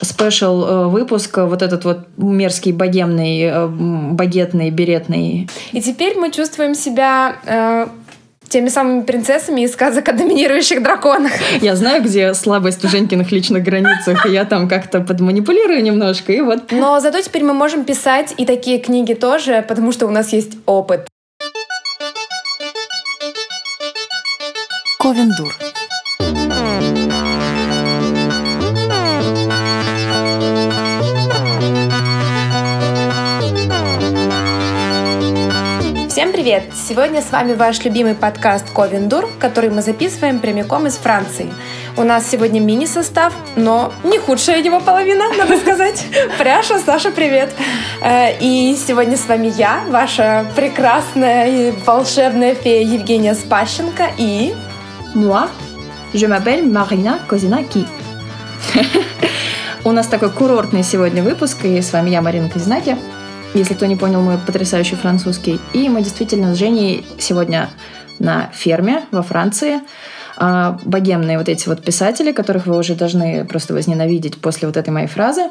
спешл выпуск, вот этот вот мерзкий богемный, багетный, беретный. И теперь мы чувствуем себя теми самыми принцессами из сказок о доминирующих драконах. Я знаю, где слабость в Женькиных личных границах, и я там как-то подманипулирую немножко, и вот. Но зато теперь мы можем писать и такие книги тоже, потому что у нас есть опыт. Ковендур. Всем привет! Сегодня с вами ваш любимый подкаст «Ковендур», который мы записываем прямиком из Франции. У нас сегодня мини-состав, но не худшая его половина, надо сказать. Пряша, Саша, привет! И сегодня с вами я, ваша прекрасная и волшебная фея Евгения Спащенко и... Moi, je m'appelle Marina Kozinaki. У нас такой курортный сегодня выпуск, и с вами я, Марина Козинаки. Если кто не понял мой потрясающий французский. И мы действительно с Женей сегодня на ферме во Франции. Богемные вот эти вот писатели, которых вы уже должны просто возненавидеть после вот этой моей фразы.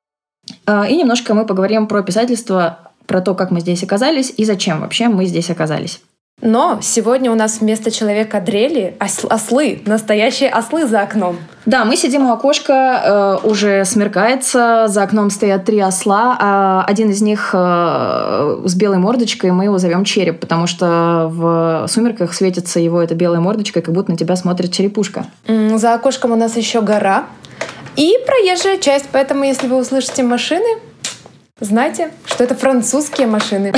И немножко мы поговорим про писательство, про то, как мы здесь оказались и зачем вообще мы здесь оказались. Но сегодня у нас вместо человека дрели ослы, настоящие ослы за окном. Да, мы сидим у окошка, уже смеркается, за окном стоят 3 осла, один из них с белой мордочкой, мы его зовем Череп, потому что в сумерках светится его эта белая мордочка, как будто на тебя смотрит черепушка. За окошком у нас еще гора и проезжая часть, поэтому если вы услышите машины, знайте, что это французские машины.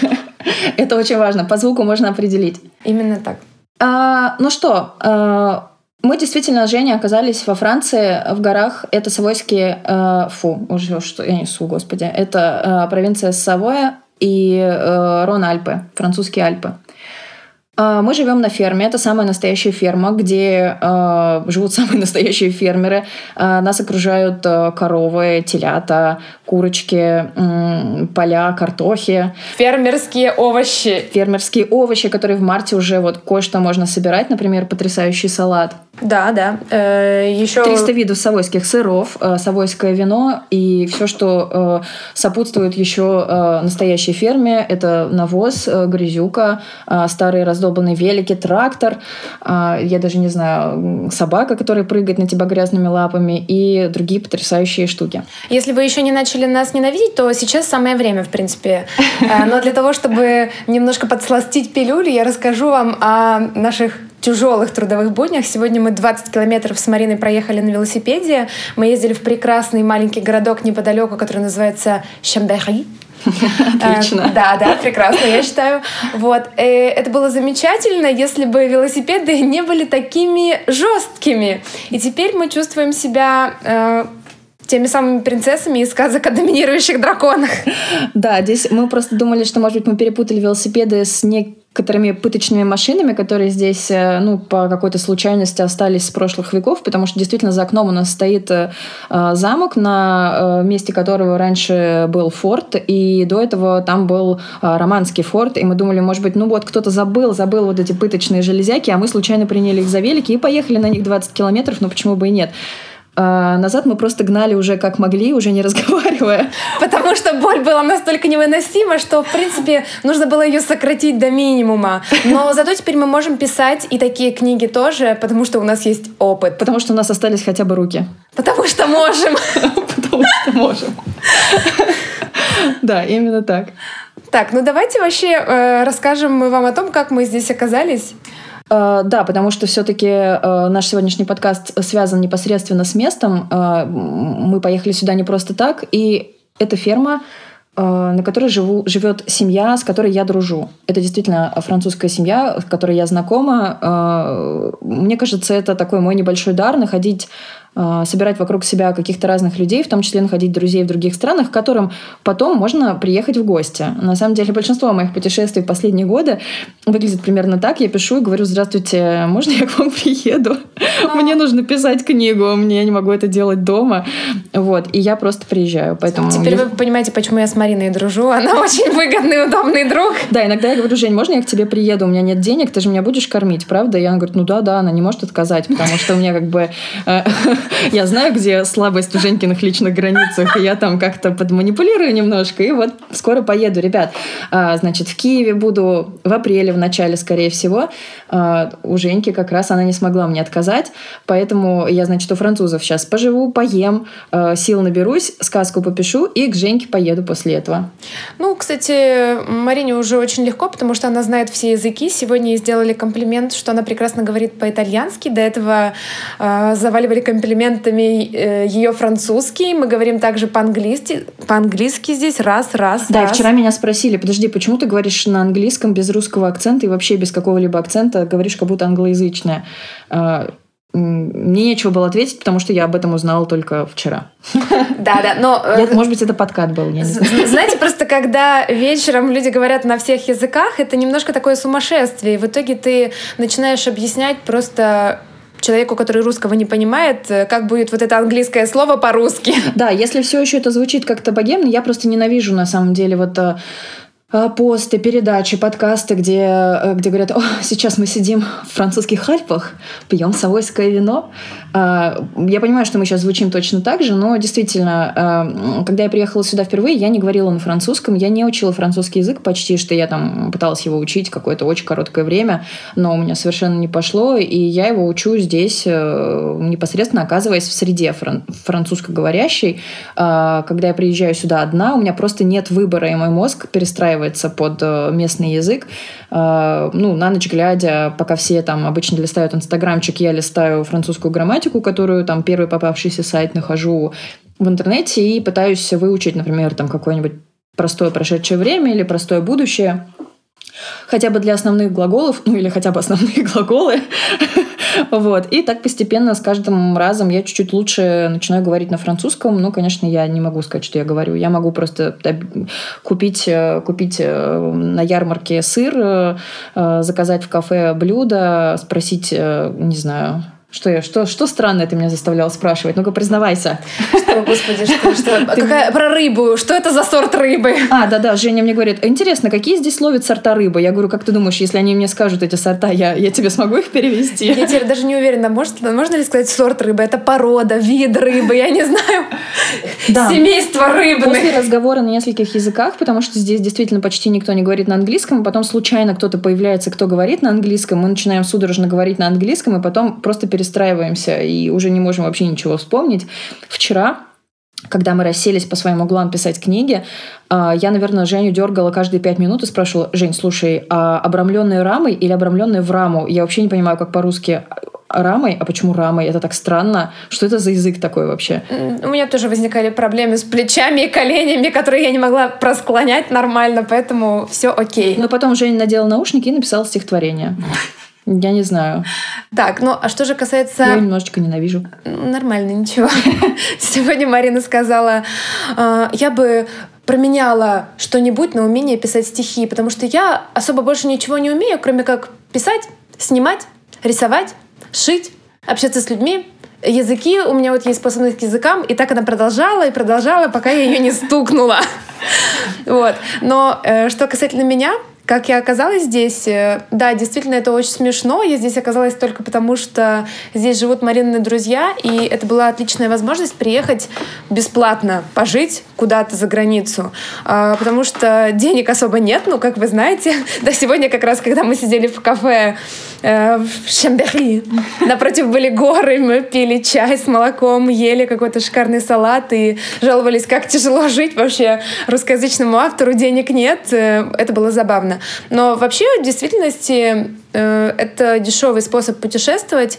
Это очень важно, по звуку можно определить. Именно так. Ну что, мы действительно с Женей оказались во Франции, в горах. Это Савойские... уже что я несу, господи. Это провинция Савоя и Рон-Альпы, французские Альпы. Мы живем на ферме. Это самая настоящая ферма, где живут самые настоящие фермеры. Нас окружают коровы, телята, курочки, поля, картохи. Фермерские овощи. Фермерские овощи, которые в марте уже вот кое-что можно собирать. Например, потрясающий салат. Да. Еще 300 видов савойских сыров, савойское вино и все, что сопутствует еще настоящей ферме. Это навоз, грязюка, старые раздолбанные велики, трактор, я даже не знаю, собака, которая прыгает на тебя грязными лапами и другие потрясающие штуки. Если вы еще не начали нас ненавидеть, то сейчас самое время, в принципе. Но для того, чтобы немножко подсластить пилюлю, я расскажу вам о наших тяжелых трудовых буднях. Сегодня мы 20 километров с Мариной проехали на велосипеде. Мы ездили в прекрасный маленький городок неподалеку, который называется Шамбери. Отлично. Да, прекрасно, я считаю. Вот. Это было замечательно, если бы велосипеды не были такими жесткими. И теперь мы чувствуем себя теми самыми принцессами из сказок о доминирующих драконах. Да, здесь мы просто думали, что, может быть, мы перепутали велосипеды с некоторыми пыточными машинами, которые здесь, по какой-то случайности остались с прошлых веков, потому что действительно за окном у нас стоит замок, на месте которого раньше был форт, и до этого там был романский форт, и мы думали, может быть, кто-то забыл вот эти пыточные железяки, а мы случайно приняли их за велики и поехали на них 20 километров, но почему бы и нет. Назад мы просто гнали уже как могли, уже не разговаривая. Потому что боль была настолько невыносима, что, в принципе, нужно было ее сократить до минимума. Но зато теперь мы можем писать и такие книги тоже, потому что у нас есть опыт. Потому что у нас остались хотя бы руки. Потому что можем. Потому что можем. Да, именно так. Так, давайте вообще расскажем мы вам о том, как мы здесь оказались. Да, потому что все-таки наш сегодняшний подкаст связан непосредственно с местом. Мы поехали сюда не просто так, и это ферма, на которой живет семья, с которой я дружу. Это действительно французская семья, с которой я знакома. Мне кажется, это такой мой небольшой дар — собирать вокруг себя каких-то разных людей, в том числе находить друзей в других странах, к которым потом можно приехать в гости. На самом деле, большинство моих путешествий в последние годы выглядит примерно так. Я пишу и говорю: здравствуйте, можно я к вам приеду? Мне нужно писать книгу, я не могу это делать дома. Вот. И я просто приезжаю. Поэтому теперь вы понимаете, почему я с Мариной дружу. Она очень выгодный, удобный друг. Да, иногда я говорю: Жень, можно я к тебе приеду? У меня нет денег, ты же меня будешь кормить, правда? И она говорит: да, она не может отказать, потому что у меня Я знаю, где слабость в Женькиных личных границах, и я там как-то подманипулирую немножко, и вот скоро поеду. Ребят, значит, в Киеве буду в апреле, в начале, скорее всего. У Женьки как раз она не смогла мне отказать, поэтому я, значит, у французов сейчас поживу, поем, сил наберусь, сказку попишу, и к Женьке поеду после этого. Ну, кстати, Марине уже очень легко, потому что она знает все языки. Сегодня ей сделали комплимент, что она прекрасно говорит по-итальянски. До этого заваливали комплиментами ее французский. Мы говорим также по-английски здесь. Раз. Да, и вчера меня спросили, подожди, почему ты говоришь на английском без русского акцента и вообще без какого-либо акцента, говоришь как будто англоязычная? Мне нечего было ответить, потому что я об этом узнала только вчера. Да, но... Может быть, это подкат был, я не знаю. Знаете, просто когда вечером люди говорят на всех языках, это немножко такое сумасшествие. И в итоге ты начинаешь объяснять просто человеку, который русского не понимает, как будет вот это английское слово по-русски. Да, если все еще это звучит как-то богемно, я просто ненавижу на самом деле вот посты, передачи, подкасты, где говорят: «О, сейчас мы сидим в французских Альпах, пьем совойское вино». Я понимаю, что мы сейчас звучим точно так же, но действительно, когда я приехала сюда впервые, я не говорила на французском, я не учила французский язык почти, что я там пыталась его учить какое-то очень короткое время, но у меня совершенно не пошло, и я его учу здесь, непосредственно оказываясь в среде французскоговорящей. Когда я приезжаю сюда одна, у меня просто нет выбора, и мой мозг перестраивается под местный язык. На ночь глядя, пока все там обычно листают инстаграмчик, я листаю французскую грамматику, которую там первый попавшийся сайт нахожу в интернете и пытаюсь выучить, например, там какое-нибудь простое прошедшее время или простое будущее. Хотя бы для основных глаголов, или хотя бы основные глаголы. Вот. И так постепенно с каждым разом я чуть-чуть лучше начинаю говорить на французском. Ну, конечно, я не могу сказать, что я говорю. Я могу просто купить на ярмарке сыр, заказать в кафе блюдо, спросить, не знаю... Что странное ты меня заставлял спрашивать? Ну-ка, признавайся. Что, господи, что? Про рыбу. Что это за сорт рыбы? Да. Женя мне говорит: интересно, какие здесь ловят сорта рыбы? Я говорю: как ты думаешь, если они мне скажут эти сорта, я тебе смогу их перевести? Я теперь даже не уверена, можно ли сказать сорт рыбы? Это порода, вид рыбы, я не знаю. Да. Семейство рыбных. После разговора на нескольких языках, потому что здесь действительно почти никто не говорит на английском, а потом случайно кто-то появляется, кто говорит на английском, мы начинаем судорожно говорить на английском, и потом просто перестраиваемся и уже не можем вообще ничего вспомнить. Вчера, когда мы расселись по своим углам писать книги, я, наверное, Женю дергала каждые 5 минут и спрашивала: Жень, слушай, обрамленные рамой или обрамленные в раму? Я вообще не понимаю, как по-русски рамой. А почему рамой? Это так странно. Что это за язык такой вообще? У меня тоже возникали проблемы с плечами и коленями, которые я не могла просклонять нормально, поэтому все окей. Но потом Женя надела наушники и написала стихотворение. Я не знаю. Так, а что же касается... Я немножечко ненавижу. Нормально, ничего. Сегодня Марина сказала: я бы променяла что-нибудь на умение писать стихи, потому что я особо больше ничего не умею, кроме как писать, снимать, рисовать, шить, общаться с людьми. Языки, у меня вот есть способность к языкам, и так она продолжала, пока я ее не стукнула. Вот. Но что касательно меня, как я оказалась здесь, да, действительно, это очень смешно. Я здесь оказалась только потому, что здесь живут Марины друзья, и это была отличная возможность приехать бесплатно, пожить куда-то за границу. Потому что денег особо нет, как вы знаете. Да, сегодня как раз, когда мы сидели в кафе в Шамбери, напротив были горы, мы пили чай с молоком, ели какой-то шикарный салат и жаловались, как тяжело жить вообще русскоязычному автору, денег нет. Это было забавно. Но вообще, в действительности, это дешевый способ путешествовать,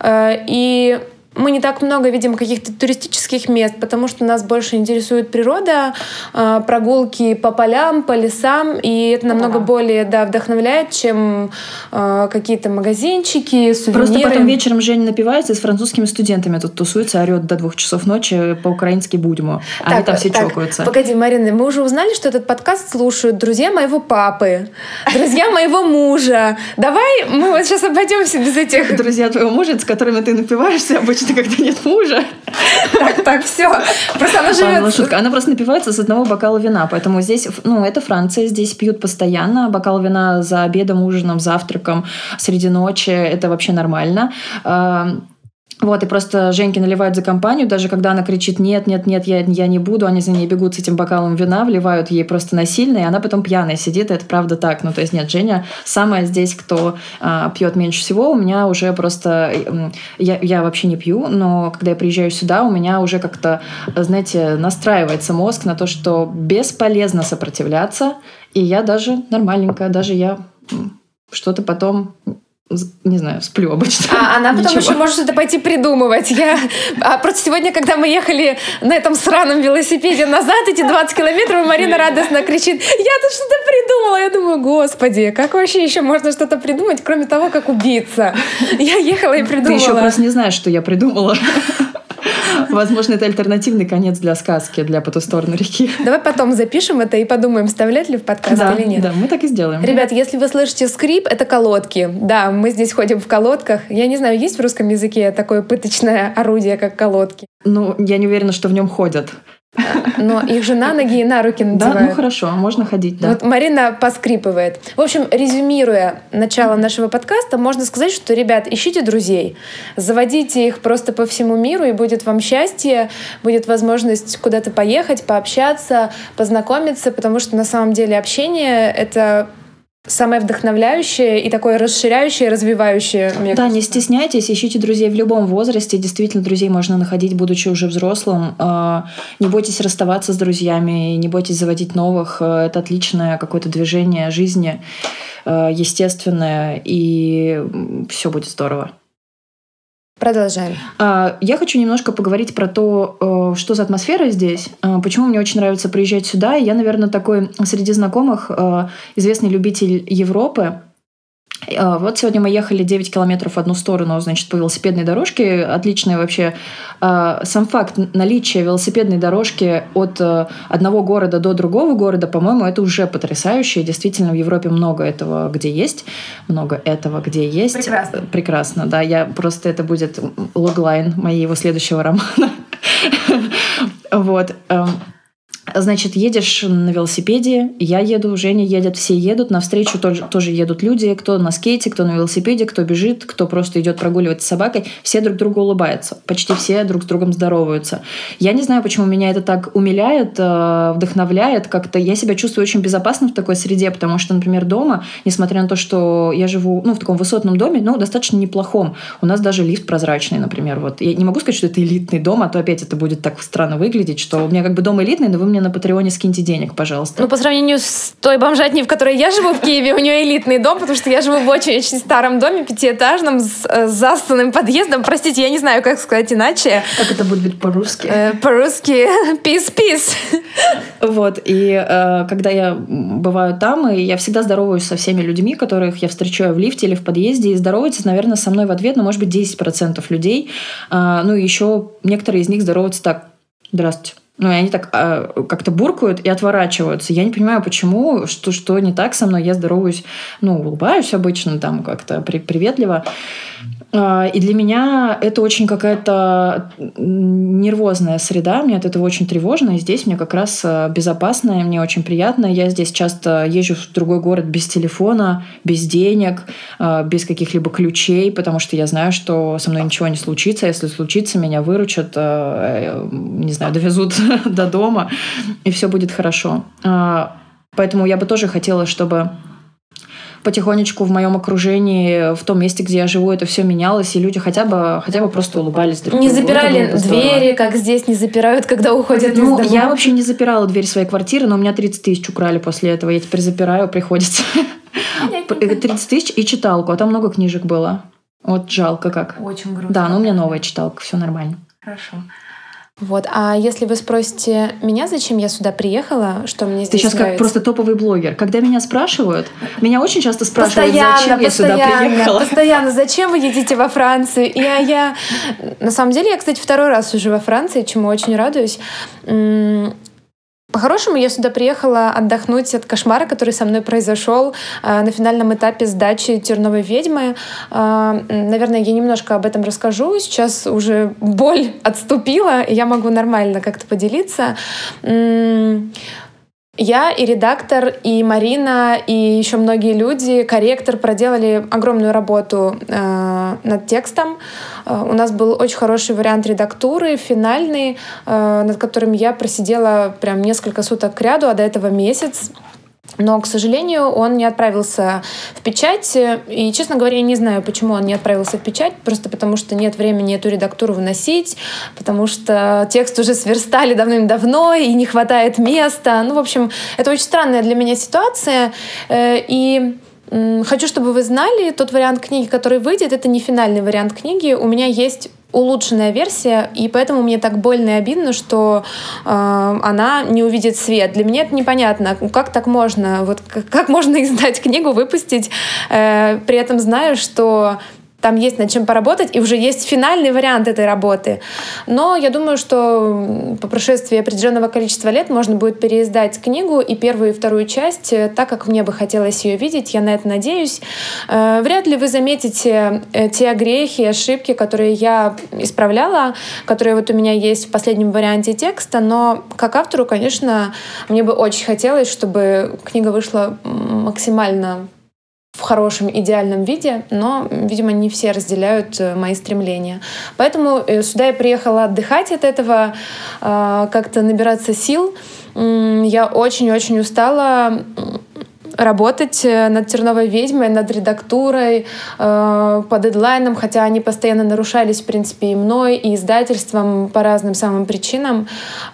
и мы не так много видим каких-то туристических мест, потому что нас больше интересует природа, прогулки по полям, по лесам, и это намного более вдохновляет, чем какие-то магазинчики, сувениры. Просто потом вечером Женя напивается и с французскими студентами тут тусуется, орет до 2 часов ночи по-украински будьму. Они там все чокаются. Погоди, Марина, мы уже узнали, что этот подкаст слушают друзья моего папы, друзья моего мужа. Давай мы вот сейчас обойдемся без этих... Друзья твоего мужа, с которыми ты напиваешься обычно, когда нет мужа. Так, все. Просто она живет... Шутка. Она просто напивается с одного бокала вина. Поэтому здесь, это Франция, здесь пьют постоянно. Бокал вина за обедом, ужином, завтраком, среди ночи. Это вообще нормально. Вот, и просто Женьке наливают за компанию, даже когда она кричит «нет, нет, нет, я не буду», они за ней бегут с этим бокалом вина, вливают ей просто насильно, и она потом пьяная сидит, и это правда так. Ну, то есть нет, Женя самая здесь, кто пьет меньше всего. У меня уже просто... Я вообще не пью, но когда я приезжаю сюда, у меня уже как-то, знаете, настраивается мозг на то, что бесполезно сопротивляться, и я даже нормальненькая, даже я что-то потом... Не знаю, сплю обычно. Она потом еще может что-то пойти придумывать. Просто сегодня, когда мы ехали на этом сраном велосипеде назад, эти 20 километров, Марина радостно кричит: я тут что-то придумала. Я думаю, господи, как вообще еще можно что-то придумать, кроме того, как убиться? Я ехала и придумала. Ты еще просто не знаешь, что я придумала. Возможно, это альтернативный конец для сказки, для «По ту сторону реки». Давай потом запишем это и подумаем, вставлять ли в подкаст или нет. Да, мы так и сделаем. Ребят, если вы слышите скрип, это колодки. Да, мы здесь ходим в колодках. Я не знаю, есть в русском языке такое пыточное орудие, как колодки? Ну, я не уверена, что в нем ходят. Но их же на ноги и на руки надевают. Да, ну хорошо, можно ходить, да. Вот Марина поскрипывает. В общем, резюмируя начало нашего подкаста, можно сказать, что, ребят, ищите друзей, заводите их просто по всему миру, и будет вам счастье, будет возможность куда-то поехать, пообщаться, познакомиться, потому что на самом деле общение — это самое вдохновляющее и такое расширяющее, развивающее. Да, кажется. Не стесняйтесь, ищите друзей в любом возрасте. Действительно, друзей можно находить, будучи уже взрослым. Не бойтесь расставаться с друзьями, не бойтесь заводить новых. Это отличное какое-то движение жизни, естественное, и все будет здорово. Продолжаем. Я хочу немножко поговорить про то, что за атмосфера здесь, почему мне очень нравится приезжать сюда. Я, наверное, такой среди знакомых известный любитель Европы. Вот сегодня мы ехали 9 километров в одну сторону, значит, по велосипедной дорожке. Отличная вообще. Сам факт наличия велосипедной дорожки от одного города до другого города, по-моему, это уже потрясающе. Действительно, в Европе много этого, где есть. Прекрасно. Прекрасно, да. Просто это будет логлайн моего следующего романа. Вот. Значит, едешь на велосипеде, я еду, Женя едет, все едут, навстречу тоже едут люди, кто на скейте, кто на велосипеде, кто бежит, кто просто идет прогуливаться с собакой, все друг другу улыбаются, почти все друг с другом здороваются. Я не знаю, почему меня это так умиляет, вдохновляет, как-то я себя чувствую очень безопасно в такой среде, потому что, например, дома, несмотря на то, что я живу в таком высотном доме, достаточно неплохом, у нас даже лифт прозрачный, например, вот. Я не могу сказать, что это элитный дом, а то опять это будет так странно выглядеть, что у меня как бы дом элитный, но вы мне на Патреоне скиньте денег, пожалуйста. По сравнению с той бомжатней, в которой я живу в Киеве, у нее элитный дом, потому что я живу в очень-очень старом доме, пятиэтажном, с застанным подъездом. Простите, я не знаю, как сказать иначе. Как это будет по-русски? По-русски peace. Вот, и когда я бываю там, и я всегда здороваюсь со всеми людьми, которых я встречаю в лифте или в подъезде, и здороваются, наверное, со мной в ответ, может быть, 10% людей. И еще некоторые из них здороваются так: «Здравствуйте». И они так как-то буркают и отворачиваются. Я не понимаю, почему, что не так со мной. Я здороваюсь, улыбаюсь обычно, там как-то приветливо. И для меня это очень какая-то нервозная среда. Мне от этого очень тревожно. И здесь мне как раз безопасно, и мне очень приятно. Я здесь часто езжу в другой город без телефона, без денег, без каких-либо ключей, потому что я знаю, что со мной ничего не случится. Если случится, меня выручат, не знаю, довезут до дома, и все будет хорошо. Поэтому я бы тоже хотела, чтобы потихонечку в моем окружении, в том месте, где я живу, это все менялось, и люди хотя бы просто улыбались друг другу. Не запирали двери, как здесь не запирают, когда уходят из дома. Я вообще не запирала дверь своей квартиры, но у меня 30 тысяч украли после этого. Я теперь запираю, приходится. 30 тысяч и читалку, а там много книжек было. Вот жалко как. Очень грустно. Да, но у меня новая читалка, все нормально. Хорошо. Вот, а если вы спросите меня, зачем я сюда приехала, что мне здесь Ты сейчас нравится? Как просто топовый блогер. Когда меня спрашивают, меня очень часто спрашивают, зачем я сюда приехала. Постоянно, зачем вы едете во Францию? И я на самом деле, я, кстати, второй раз уже во Франции, чему очень радуюсь. По-хорошему, я сюда приехала отдохнуть от кошмара, который со мной произошел на финальном этапе сдачи «Терновой ведьмы». Наверное, я немножко об этом расскажу. Сейчас уже боль отступила, и я могу нормально как-то поделиться. Я и редактор, и Марина, и еще многие люди, корректор проделали огромную работу над текстом. У нас был очень хороший вариант редактуры, финальный, над которым я просидела прям несколько суток кряду, а до этого месяц. Но, к сожалению, он не отправился в печать. И, честно говоря, я не знаю, почему он не отправился в печать. Просто потому, что нет времени эту редактуру вносить, потому что текст уже сверстали давным-давно, и не хватает места. В общем, это очень странная для меня ситуация. И хочу, чтобы вы знали, тот вариант книги, который выйдет, это не финальный вариант книги. У меня есть улучшенная версия, и поэтому мне так больно и обидно, что она не увидит свет. Для меня это непонятно, как так можно, как можно издать книгу, выпустить, при этом знаю, что там есть над чем поработать, и уже есть финальный вариант этой работы. Но я думаю, что по прошествии определенного количества лет можно будет переиздать книгу и первую, и вторую часть так, как мне бы хотелось ее видеть. Я на это надеюсь. Вряд ли вы заметите те огрехи, ошибки, которые я исправляла, которые у меня есть в последнем варианте текста, но как автору, конечно, мне бы очень хотелось, чтобы книга вышла максимально в хорошем, идеальном виде, но, видимо, не все разделяют мои стремления. Поэтому сюда я приехала отдыхать от этого, как-то набираться сил. Я очень-очень устала работать над «Терновой ведьмой», над редактурой, по дедлайнам, хотя они постоянно нарушались, в принципе, и мной, и издательством по разным самым причинам.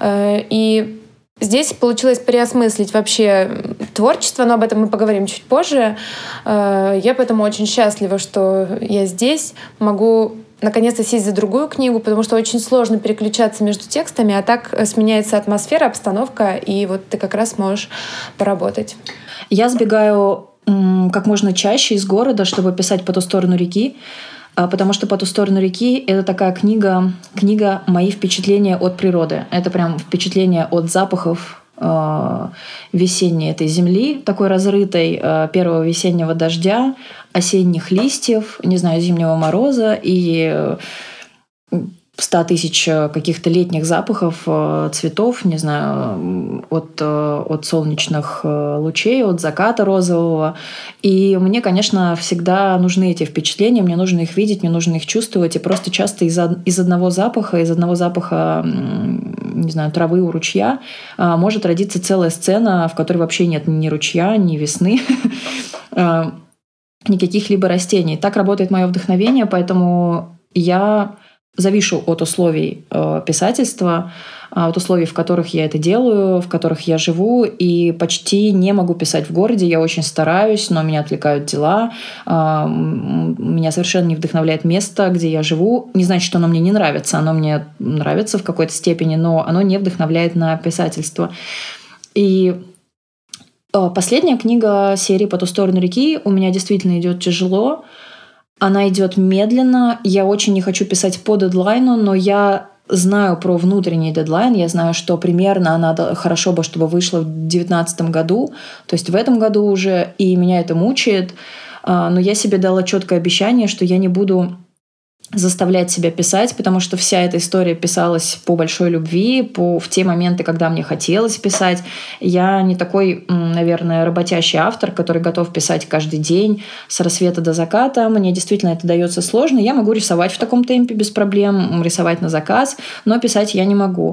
И здесь получилось переосмыслить вообще творчество, но об этом мы поговорим чуть позже. Я поэтому очень счастлива, что я здесь, могу наконец-то сесть за другую книгу, потому что очень сложно переключаться между текстами, а так сменяется атмосфера, обстановка, и ты как раз можешь поработать. Я сбегаю как можно чаще из города, чтобы писать «По ту сторону реки», потому что «По ту сторону реки» — это такая книга «Мои впечатления от природы». Это прям впечатления от запахов весенней этой земли, такой разрытой, первого весеннего дождя, осенних листьев, не знаю, зимнего мороза и 100 тысяч каких-то летних запахов, цветов, не знаю, от солнечных лучей, от заката розового. И мне, конечно, всегда нужны эти впечатления, мне нужно их видеть, мне нужно их чувствовать. И просто часто из одного запаха, не знаю, травы у ручья может родиться целая сцена, в которой вообще нет ни ручья, ни весны, ни каких-либо растений. Так работает мое вдохновение, поэтому я завишу от условий писательства, от условий, в которых я это делаю, в которых я живу, и почти не могу писать в городе. Я очень стараюсь, но меня отвлекают дела. Меня совершенно не вдохновляет место, где я живу. Не значит, что оно мне не нравится. Оно мне нравится в какой-то степени, но оно не вдохновляет на писательство. И последняя книга серии «По ту сторону реки» у меня действительно идет тяжело. Она идет медленно. Я очень не хочу писать по дедлайну, но я знаю про внутренний дедлайн. Я знаю, что примерно она хорошо бы, чтобы вышла в 2019 году, то есть в этом году уже, и меня это мучает. Но я себе дала четкое обещание, что я не буду заставлять себя писать, потому что вся эта история писалась по большой любви, в те моменты, когда мне хотелось писать. Я не такой, наверное, работящий автор, который готов писать каждый день с рассвета до заката. Мне действительно это дается сложно. Я могу рисовать в таком темпе без проблем, рисовать на заказ, но писать я не могу.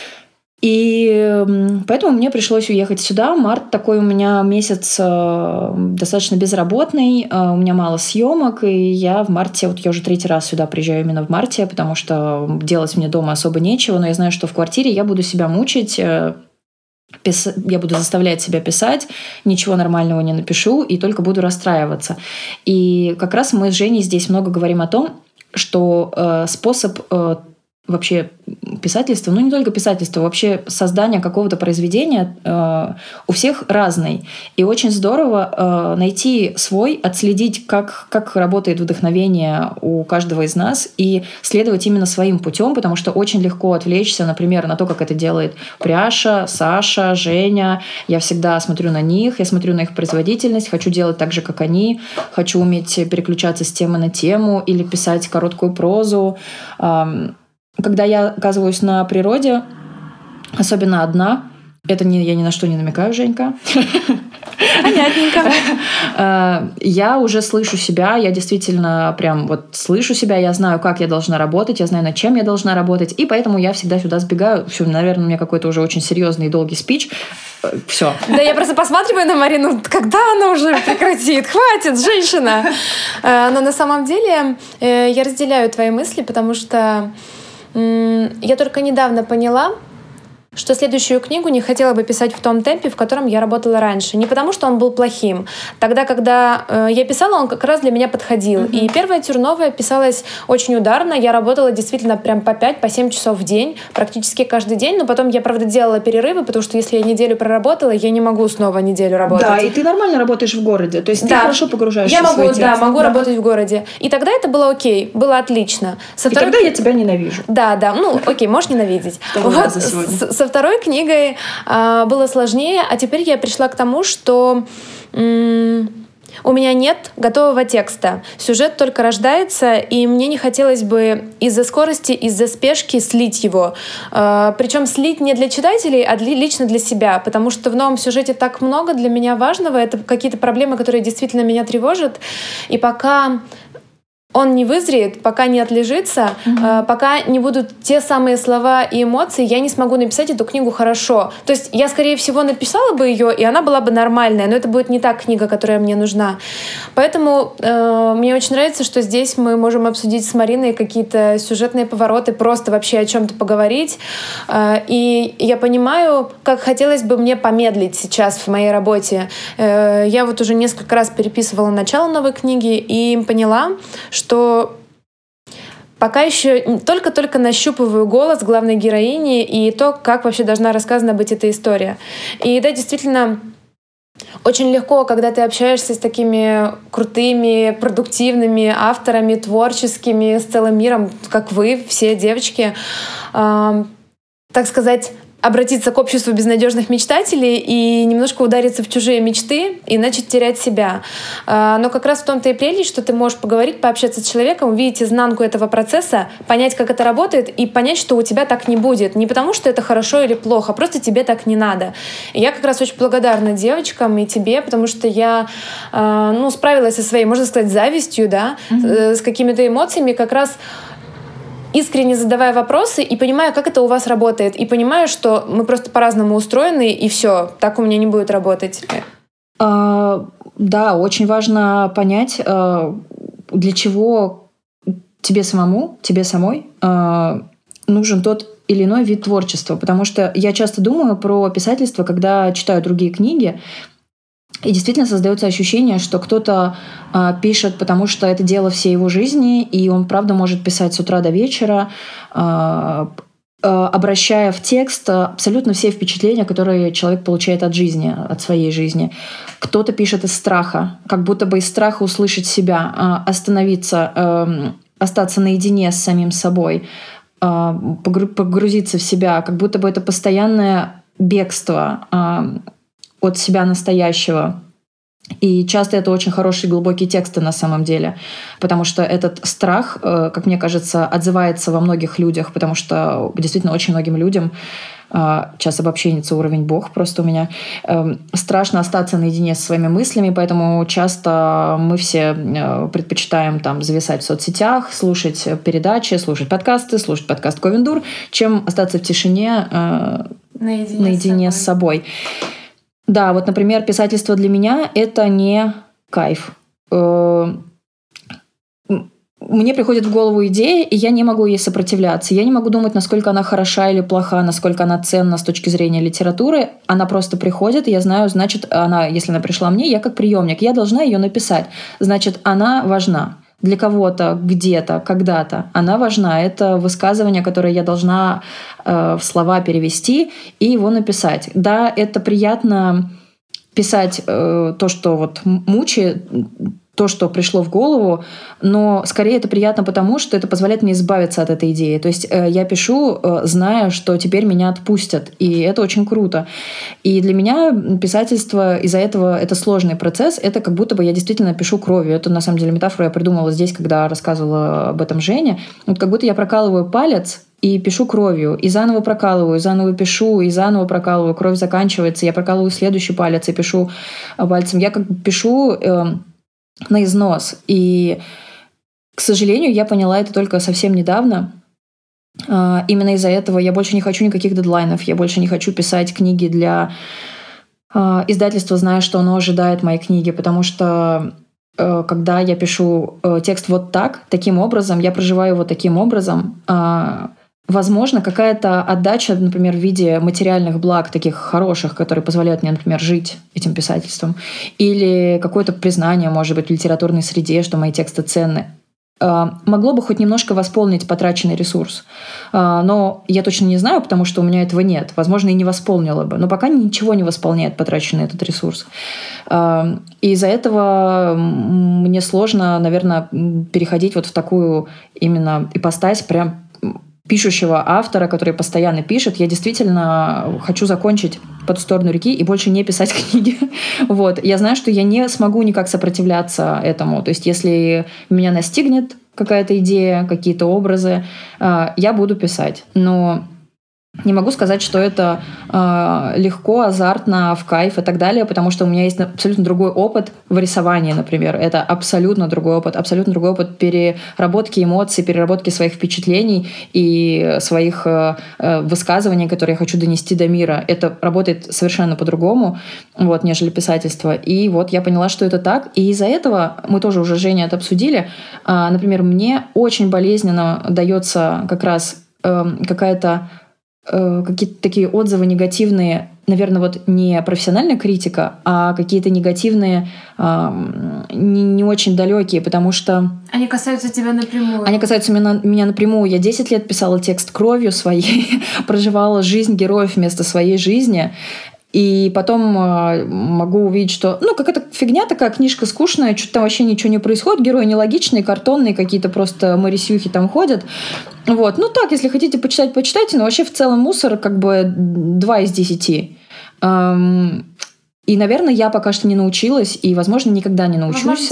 И поэтому мне пришлось уехать сюда. Март такой у меня месяц достаточно безработный, у меня мало съемок, и я в марте, я уже 3-й раз сюда приезжаю именно в марте, потому что делать мне дома особо нечего, но я знаю, что в квартире я буду себя мучить, я буду заставлять себя писать, ничего нормального не напишу и только буду расстраиваться. И как раз мы с Женей здесь много говорим о том, что способ вообще писательство, не только писательство, вообще создание какого-то произведения у всех разный. И очень здорово найти свой, отследить, как работает вдохновение у каждого из нас и следовать именно своим путем, потому что очень легко отвлечься, например, на то, как это делает Пряша, Саша, Женя. Я всегда смотрю на них, я смотрю на их производительность, хочу делать так же, как они, хочу уметь переключаться с темы на тему или писать короткую прозу. Когда я оказываюсь на природе, особенно одна, Это я ни на что не намекаю, Женька. Понятненько. Я уже слышу себя, я действительно прям вот слышу себя, я знаю, как я должна работать, я знаю, над чем я должна работать, и поэтому я всегда сюда сбегаю. Все, наверное, у меня какой-то уже очень серьезный и долгий спич. Все. Да, я просто посматриваю на Марину, когда она уже прекратит? Хватит, женщина! Но на самом деле я разделяю твои мысли, потому что я только недавно поняла, что следующую книгу не хотела бы писать в том темпе, в котором я работала раньше. Не потому, что он был плохим. Тогда, когда я писала, он как раз для меня подходил. И первая Терновая писалась очень ударно. Я работала действительно прям по 5-7 часов в день, практически каждый день. Но потом я, правда, делала перерывы, потому что если я неделю проработала, я не могу снова неделю работать. Да, и ты нормально работаешь в городе. То есть ты хорошо погружаешься в свой текст. Я могу работать в городе. И тогда это было окей, было отлично. Тогда я тебя ненавижу. Да, окей, можешь ненавидеть. Со второй книгой было сложнее, а теперь я пришла к тому, что у меня нет готового текста. Сюжет только рождается, и мне не хотелось бы из-за скорости, из-за спешки слить его. Причем слить не для читателей, а лично для себя, потому что в новом сюжете так много для меня важного. Это какие-то проблемы, которые действительно меня тревожат. И пока он не вызреет, пока не отлежится, пока не будут те самые слова и эмоции, я не смогу написать эту книгу хорошо. То есть я, скорее всего, написала бы ее, и она была бы нормальная, но это будет не та книга, которая мне нужна. Поэтому мне очень нравится, что здесь мы можем обсудить с Мариной какие-то сюжетные повороты, просто вообще о чем-то поговорить. И я понимаю, как хотелось бы мне помедлить сейчас в моей работе. Я вот уже несколько раз переписывала начало новой книги и поняла, что пока еще только-только нащупываю голос главной героини и то, как вообще должна рассказана быть эта история. И да, действительно, очень легко, когда ты общаешься с такими крутыми, продуктивными авторами, творческими, с целым миром, как вы, все девочки, так сказать, обратиться к обществу безнадежных мечтателей и немножко удариться в чужие мечты и начать терять себя. Но как раз в том-то и прелесть, что ты можешь поговорить, пообщаться с человеком, увидеть изнанку этого процесса, понять, как это работает, и понять, что у тебя так не будет. Не потому, что это хорошо или плохо, просто тебе так не надо. И я как раз очень благодарна девочкам и тебе, потому что я справилась со своей, можно сказать, завистью, да, с какими-то эмоциями, как раз искренне задавая вопросы и понимая, как это у вас работает, и понимая, что мы просто по-разному устроены, и все, так у меня не будет работать. Да, очень важно понять, для чего тебе самой нужен тот или иной вид творчества. Потому что я часто думаю про писательство, когда читаю другие книги, и действительно создается ощущение, что кто-то пишет, потому что это дело всей его жизни, и он, правда, может писать с утра до вечера, обращая в текст абсолютно все впечатления, которые человек получает от жизни, от своей жизни. Кто-то пишет из страха, как будто бы из страха услышать себя, остановиться, остаться наедине с самим собой, погрузиться в себя, как будто бы это постоянное бегство от себя настоящего. И часто это очень хорошие глубокие тексты на самом деле, потому что этот страх, как мне кажется, отзывается во многих людях, потому что действительно очень многим людям, сейчас обобщенится уровень Бог просто у меня, страшно остаться наедине со своими мыслями, поэтому часто мы все предпочитаем там зависать в соцсетях, слушать передачи, слушать подкасты, слушать подкаст Ковендур, чем остаться в тишине наедине с собой. Да, вот, например, писательство для меня — это не кайф. Мне приходит в голову идея, и я не могу ей сопротивляться. Я не могу думать, насколько она хороша или плоха, насколько она ценна с точки зрения литературы. Она просто приходит, и я знаю, значит, если она пришла мне, я как приемник, я должна ее написать. Значит, она важна. Для кого-то, где-то, когда-то она важна. Это высказывание, которое я должна в слова перевести и его написать. Да, это приятно писать то, что вот мучает, то, что пришло в голову, но скорее это приятно потому, что это позволяет мне избавиться от этой идеи. То есть я пишу, зная, что теперь меня отпустят, и это очень круто. И для меня писательство из-за этого это сложный процесс, это как будто бы я действительно пишу кровью. Это на самом деле метафору я придумала здесь, когда рассказывала об этом Жене. Вот как будто я прокалываю палец и пишу кровью, и заново прокалываю, заново пишу, и заново прокалываю, кровь заканчивается, я прокалываю следующий палец и пишу пальцем. Я как бы пишу на износ. И, к сожалению, я поняла это только совсем недавно. Именно из-за этого я больше не хочу никаких дедлайнов, я больше не хочу писать книги для издательства, зная, что оно ожидает моей книги, потому что когда я пишу текст вот так, таким образом, я проживаю его таким образом, возможно, какая-то отдача, например, в виде материальных благ, таких хороших, которые позволяют мне, например, жить этим писательством, или какое-то признание, может быть, в литературной среде, что мои тексты ценны, могло бы хоть немножко восполнить потраченный ресурс. Но я точно не знаю, потому что у меня этого нет. Возможно, и не восполнила бы. Но пока ничего не восполняет потраченный этот ресурс. И из-за этого мне сложно, наверное, переходить вот в такую именно ипостась прям пишущего автора, который постоянно пишет. Я действительно хочу закончить «По ту сторону реки» и больше не писать книги. Вот. Я знаю, что я не смогу никак сопротивляться этому. То есть если меня настигнет какая-то идея, какие-то образы, я буду писать. Но не могу сказать, что это легко, азартно, в кайф и так далее, потому что у меня есть абсолютно другой опыт в рисовании, например. Это абсолютно другой опыт переработки эмоций, переработки своих впечатлений и своих высказываний, которые я хочу донести до мира. Это работает совершенно по-другому, вот, нежели писательство. И вот я поняла, что это так. И из-за этого мы тоже уже, Женя, это обсудили. Например, мне очень болезненно дается как раз какая-то какие-то такие отзывы негативные, наверное, вот не профессиональная критика, а какие-то негативные, не очень далекие, потому что... Они касаются тебя напрямую. Они касаются меня напрямую. Я 10 лет писала текст кровью своей, проживала жизнь героев вместо своей жизни. И потом могу увидеть, что какая-то фигня такая, книжка скучная, что-то там вообще ничего не происходит, герои нелогичные, картонные, какие-то просто морисюхи там ходят. Вот. Так, если хотите почитать, почитайте, но вообще в целом мусор как бы 2 из 10. И, наверное, я пока что не научилась, и, возможно, никогда не научусь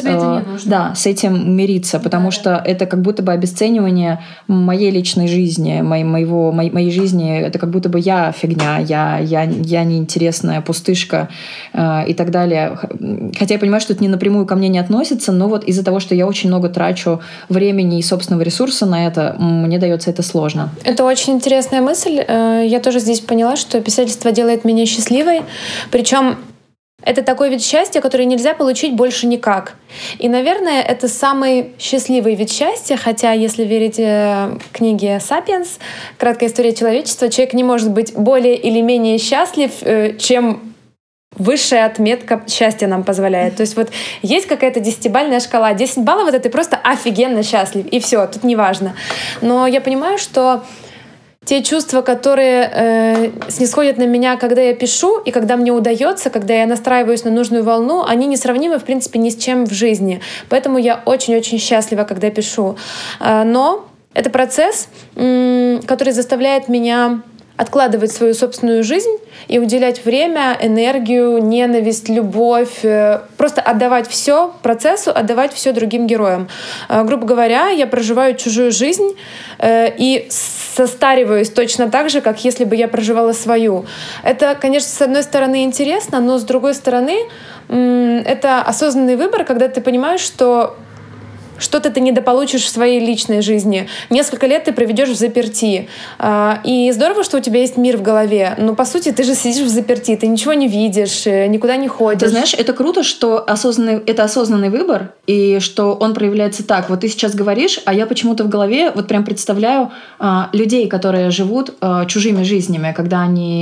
с этим мириться, потому что это как будто бы обесценивание моей личной жизни, моей жизни. Это как будто бы я фигня, я неинтересная пустышка и так далее. Хотя я понимаю, что это не напрямую ко мне не относится, но вот из-за того, что я очень много трачу времени и собственного ресурса на это, мне дается это сложно. Это очень интересная мысль. Я тоже здесь поняла, что писательство делает меня счастливой. Причем это такой вид счастья, который нельзя получить больше никак. И, наверное, это самый счастливый вид счастья, хотя, если верить книге «Сапиенс», «Краткая история человечества», человек не может быть более или менее счастлив, чем высшая отметка счастья нам позволяет. То есть вот есть какая-то 10-бальная шкала. 10 баллов — это ты просто офигенно счастлив, и все, тут не важно. Но я понимаю, что те чувства, которые снисходят на меня, когда я пишу, и когда мне удается, когда я настраиваюсь на нужную волну, они несравнимы, в принципе, ни с чем в жизни. Поэтому я очень-очень счастлива, когда пишу. Но это процесс, который заставляет меня откладывать свою собственную жизнь и уделять время, энергию, ненависть, любовь, просто отдавать все процессу, отдавать все другим героям. Грубо говоря, я проживаю чужую жизнь и состариваюсь точно так же, как если бы я проживала свою. Это, конечно, с одной стороны интересно, но с другой стороны это осознанный выбор, когда ты понимаешь, что что-то ты недополучишь в своей личной жизни. Несколько лет ты проведешь в заперти. И здорово, что у тебя есть мир в голове. Но, по сути, ты же сидишь в заперти, ты ничего не видишь, никуда не ходишь. Ты знаешь, это круто, что это осознанный выбор, и что он проявляется так. Вот ты сейчас говоришь, а я почему-то в голове вот прям представляю людей, которые живут чужими жизнями, когда они,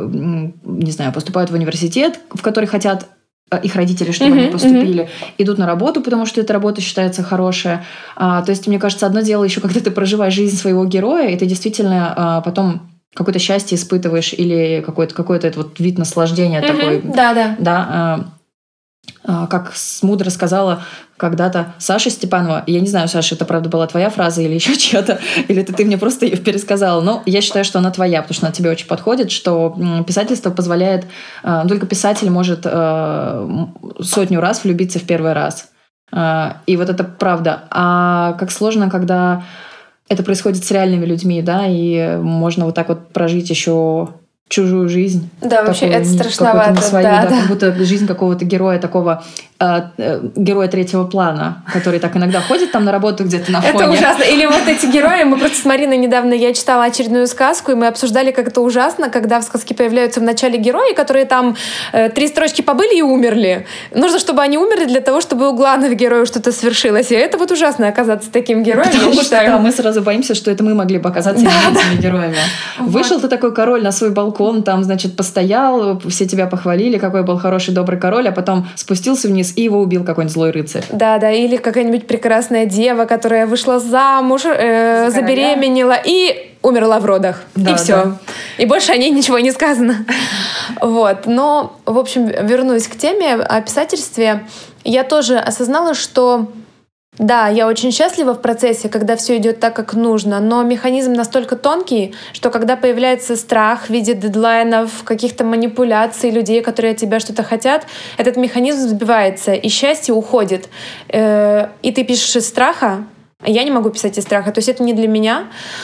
не знаю, поступают в университет, в который хотят их родители, чтобы они поступили, идут на работу, потому что эта работа считается хорошая. То есть, мне кажется, одно дело еще, когда ты проживаешь жизнь своего героя, и ты действительно потом какое-то счастье испытываешь или какой-то этот вот вид наслаждения такой. Да. Как мудро сказала когда-то Саша Степанова. Я не знаю, Саша, это правда была твоя фраза или еще чья-то, или это ты мне просто ее пересказала. Но я считаю, что она твоя, потому что она тебе очень подходит, что писательство позволяет... Только писатель может 100 раз влюбиться в первый раз. И вот это правда. А как сложно, когда это происходит с реальными людьми, да, и можно вот так вот прожить еще чужую жизнь. Да, вообще это страшновато. Не свою, да, как будто жизнь какого-то героя такого, героя третьего плана, который так иногда ходит там на работу где-то на фоне. Это ужасно. Или вот эти герои, мы просто с Мариной недавно, я читала очередную сказку, и мы обсуждали, как это ужасно, когда в сказке появляются в начале герои, которые там 3 строчки побыли и умерли. Нужно, чтобы они умерли для того, чтобы у главных героев что-то свершилось. И это вот ужасно оказаться таким героем, Потому я считаю. что мы сразу боимся, что это мы могли бы оказаться этими героями. Вышел ты такой король на свой балкон, там, значит, постоял, все тебя похвалили, какой был хороший, добрый король, а потом спустился вниз и его убил какой-нибудь злой рыцарь. Да, или какая-нибудь прекрасная дева, которая вышла замуж, забеременела и умерла в родах. Да, и все. Да. И больше о ней ничего не сказано. Вот. Но, в общем, вернусь к теме о писательстве. Я тоже осознала, что да, я очень счастлива в процессе, когда все идет так, как нужно, но механизм настолько тонкий, что когда появляется страх в виде дедлайнов, каких-то манипуляций людей, которые от тебя что-то хотят, этот механизм сбивается, и счастье уходит. И ты пишешь из страха, а я не могу писать из страха, то есть это не для меня,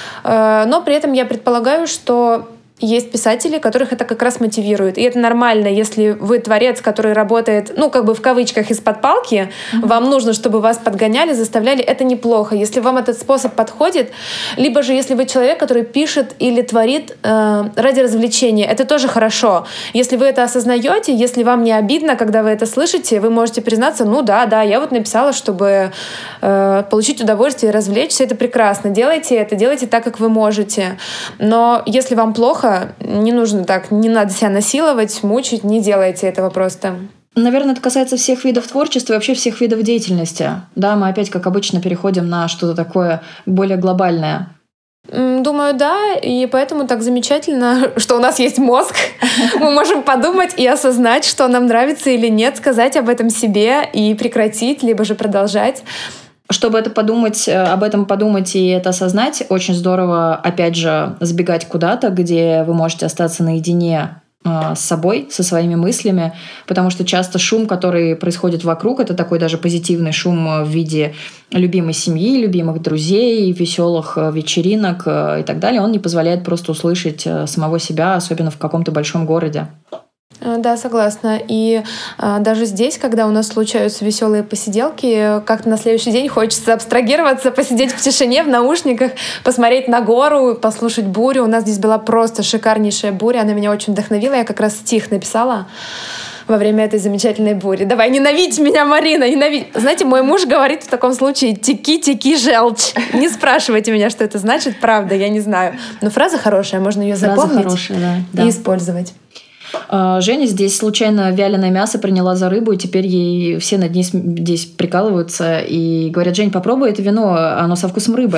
но при этом я предполагаю, что есть писатели, которых это как раз мотивирует. И это нормально, если вы творец, который работает, в кавычках, из-под палки, вам нужно, чтобы вас подгоняли, заставляли. Это неплохо. Если вам этот способ подходит, либо же если вы человек, который пишет или творит ради развлечения, это тоже хорошо. Если вы это осознаете, если вам не обидно, когда вы это слышите, вы можете признаться, я вот написала, чтобы получить удовольствие и развлечься. Это прекрасно. Делайте так, как вы можете. Но если вам плохо, не нужно так, не надо себя насиловать, мучить, не делайте этого просто. Наверное, это касается всех видов творчества и вообще всех видов деятельности. Да, мы опять, как обычно, переходим на что-то такое более глобальное. Думаю, да, и поэтому так замечательно, что у нас есть мозг. Мы можем подумать и осознать, что нам нравится или нет, сказать об этом себе и прекратить, либо же продолжать. Чтобы об этом подумать и это осознать, очень здорово, опять же, сбегать куда-то, где вы можете остаться наедине с собой, со своими мыслями, потому что часто шум, который происходит вокруг, это такой даже позитивный шум в виде любимой семьи, любимых друзей, веселых вечеринок и так далее, он не позволяет просто услышать самого себя, особенно в каком-то большом городе. Да, согласна. И даже здесь, когда у нас случаются веселые посиделки, как-то на следующий день хочется абстрагироваться, посидеть в тишине, в наушниках, посмотреть на гору, послушать бурю. У нас здесь была просто шикарнейшая буря, она меня очень вдохновила. Я как раз стих написала во время этой замечательной бури. Давай, ненавидь меня, Марина, ненавидь. Знаете, мой муж говорит в таком случае «теки, желчь». Не спрашивайте меня, что это значит, правда, я не знаю. Но фраза хорошая, можно ее запомнить хорошая, да. и использовать. Женя здесь случайно вяленое мясо приняла за рыбу, и теперь ей все над ней здесь прикалываются и говорят: Жень, попробуй это вино, оно со вкусом рыбы.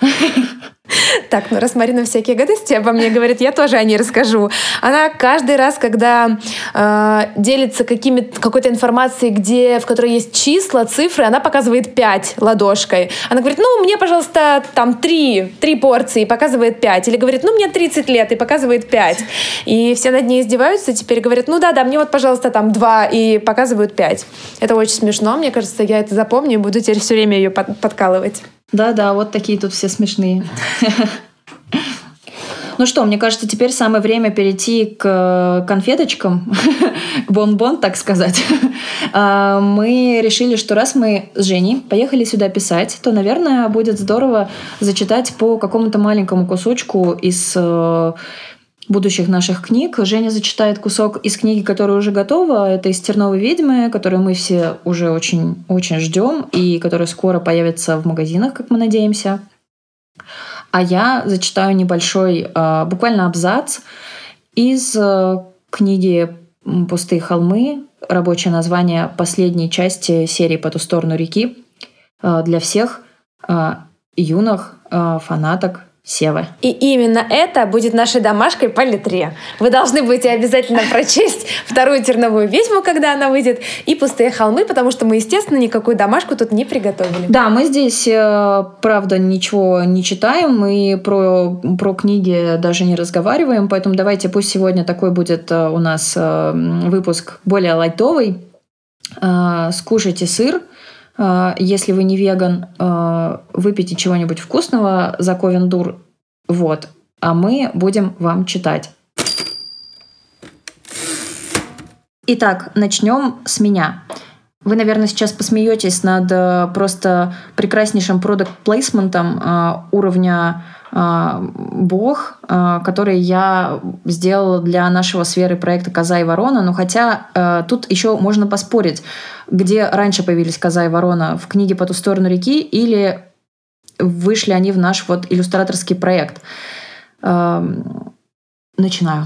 Так, раз Марина всякие гадости обо мне говорит, я тоже о ней расскажу. Она каждый раз, когда делится какой-то информацией, в которой есть числа, цифры, она показывает 5 ладошкой. Она говорит: мне, пожалуйста, там 3 порции, и показывает 5. Или говорит: мне 30 лет, и показывает 5. И все над ней издеваются, теперь говорят: да, мне вот, пожалуйста, там 2, и показывают 5. Это очень смешно, мне кажется, я это запомню и буду теперь все время ее подкалывать. Да, вот такие тут все смешные. Ну что, мне кажется, теперь самое время перейти к конфеточкам, к бон-бон, так сказать. Мы решили, что раз мы с Женей поехали сюда писать, то, наверное, будет здорово зачитать по какому-то маленькому кусочку из будущих наших книг. Женя зачитает кусок из книги, которая уже готова. Это из «Терновой ведьмы», которую мы все уже очень-очень ждем и которая скоро появится в магазинах, как мы надеемся. А я зачитаю небольшой, буквально абзац из книги «Пустые холмы», рабочее название последней части серии «По ту сторону реки», для всех юных фанаток Севы. И именно это будет нашей домашкой по литре. Вы должны будете обязательно прочесть вторую «Терновую ведьму», когда она выйдет, и «Пустые холмы», потому что мы, естественно, никакую домашку тут не приготовили. Да, мы здесь, правда, ничего не читаем, мы про книги даже не разговариваем, поэтому давайте пусть сегодня такой будет у нас выпуск более лайтовый. Скушайте сыр, Если вы не веган, выпейте чего-нибудь вкусного за Ковендур. Вот. А мы будем вам читать. Итак, начнем с меня. Вы, наверное, сейчас посмеетесь над просто прекраснейшим продакт-плейсментом уровня Бог, который я сделала для нашего сферы проекта «Коза и ворона». Но хотя тут еще можно поспорить, где раньше появились «Коза и ворона» — в книге «По ту сторону реки» или вышли они в наш вот иллюстраторский проект. Начинаю.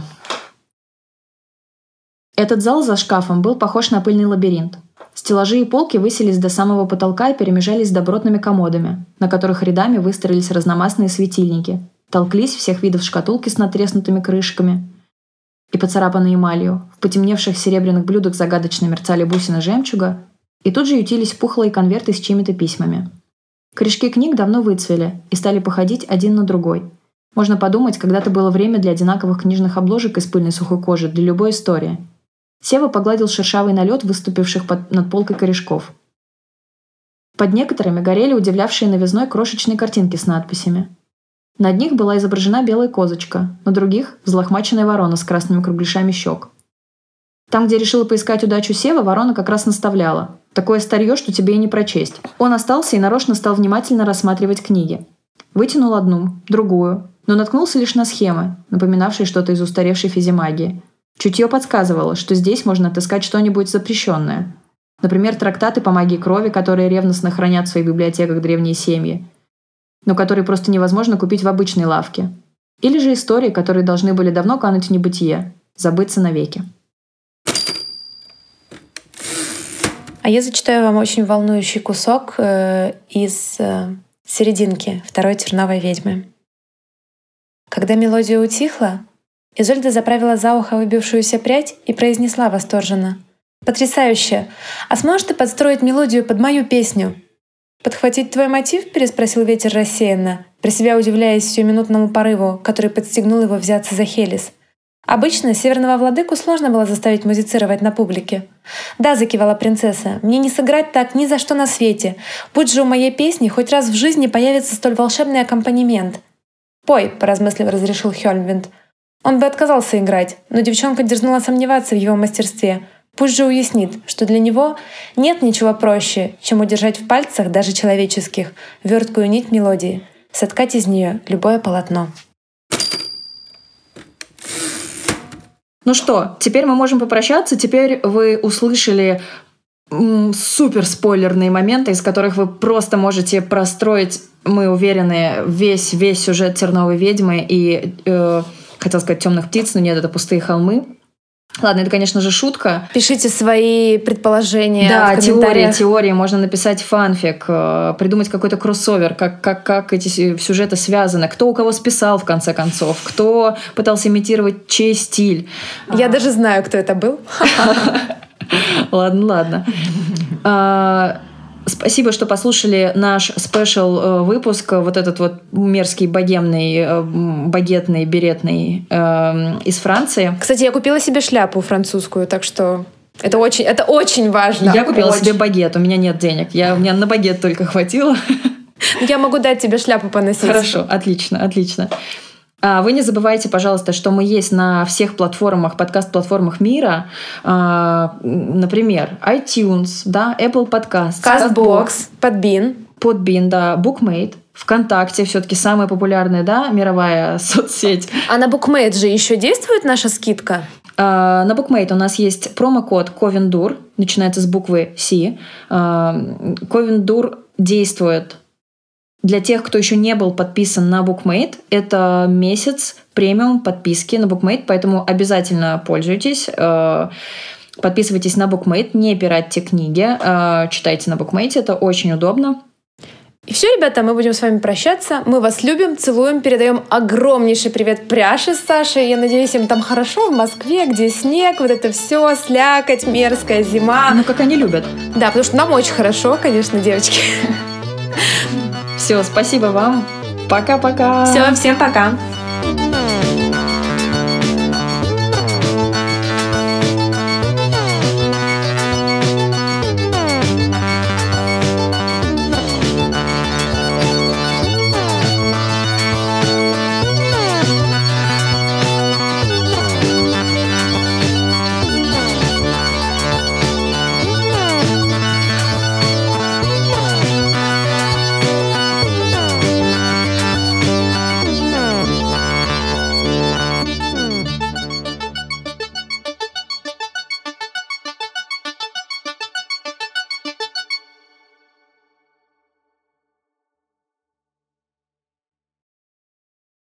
Этот зал за шкафом был похож на пыльный лабиринт. Стеллажи и полки высились до самого потолка и перемежались с добротными комодами, на которых рядами выстроились разномастные светильники, толклись всех видов шкатулки с надтреснутыми крышками и поцарапанной эмалью, в потемневших серебряных блюдах загадочно мерцали бусины жемчуга, и тут же ютились пухлые конверты с чьими-то письмами. Корешки книг давно выцвели и стали походить один на другой. Можно подумать, когда-то было время для одинаковых книжных обложек из пыльной сухой кожи для любой истории. Сева погладил шершавый налет, выступивших над полкой корешков. Под некоторыми горели удивлявшие новизной крошечные картинки с надписями. Над них была изображена белая козочка, на других — взлохмаченная ворона с красными кругляшами щек. Там, где решила поискать удачу Сева, ворона как раз наставляла: «Такое старье, что тебе и не прочесть». Он остался и нарочно стал внимательно рассматривать книги. Вытянул одну, другую, но наткнулся лишь на схемы, напоминавшие что-то из устаревшей физимагии. Чутье подсказывало, что здесь можно отыскать что-нибудь запрещенное. Например, трактаты по магии крови, которые ревностно хранят в своих библиотеках древние семьи, но которые просто невозможно купить в обычной лавке. Или же истории, которые должны были давно кануть в небытие, забыться навеки. А я зачитаю вам очень волнующий кусок из серединки второй «Терновой ведьмы». Когда мелодия утихла, Изольда заправила за ухо выбившуюся прядь и произнесла восторженно: «Потрясающе! А сможешь ты подстроить мелодию под мою песню?» «Подхватить твой мотив?» — переспросил ветер рассеянно, при себя удивляясь сиюминутному порыву, который подстегнул его взяться за Хелис. Обычно северного владыку сложно было заставить музицировать на публике. «Да», — закивала принцесса, — «мне не сыграть так ни за что на свете. Будь же у моей песни хоть раз в жизни появится столь волшебный аккомпанемент». «Пой», — поразмыслив, разрешил Хёльмвинд. Он бы отказался играть, но девчонка дерзнула сомневаться в его мастерстве. Пусть же уяснит, что для него нет ничего проще, чем удержать в пальцах, даже человеческих, верткую нить мелодии, соткать из нее любое полотно. Ну что, теперь мы можем попрощаться. Теперь вы услышали супер спойлерные моменты, из которых вы просто можете простроить, мы уверены, весь сюжет «Терновой ведьмы» и хотел сказать «Темных птиц», но нет, это «Пустые холмы». Ладно, это, конечно же, шутка. Пишите свои предположения в комментариях. Да, теории. Можно написать фанфик, придумать какой-то кроссовер, как эти сюжеты связаны, кто у кого списал, в конце концов, кто пытался имитировать чей стиль. Я даже знаю, кто это был. Ладно. Спасибо, что послушали наш спешл выпуск, вот этот вот мерзкий богемный, багетный, беретный из Франции. Кстати, я купила себе шляпу французскую, так что это очень важно. Я купила себе багет, у меня нет денег, у меня на багет только хватило. Я могу дать тебе шляпу поносить. Хорошо, отлично. Вы не забывайте, пожалуйста, что мы есть на всех платформах, подкаст-платформах мира. Например, iTunes, да, Apple Podcast, CastBox, Podbean, да, Bookmate, ВКонтакте, все-таки самая популярная, да, мировая соцсеть. А на Bookmate же еще действует наша скидка? На Bookmate у нас есть промокод Ковендур, начинается с буквы C. Ковендур действует для тех, кто еще не был подписан на Bookmate. Это месяц премиум подписки на Bookmate, поэтому обязательно пользуйтесь. Подписывайтесь на Bookmate, не пиратьте книги, читайте на Bookmate, это очень удобно. И все, ребята, мы будем с вами прощаться. Мы вас любим, целуем, передаем огромнейший привет Пряше с Сашей. Я надеюсь, им там хорошо в Москве, где снег, вот это все, слякоть, мерзкая зима. Ну, как они любят. Да, потому что нам очень хорошо, конечно, девочки. Все, спасибо вам. Пока-пока. Все, всем пока.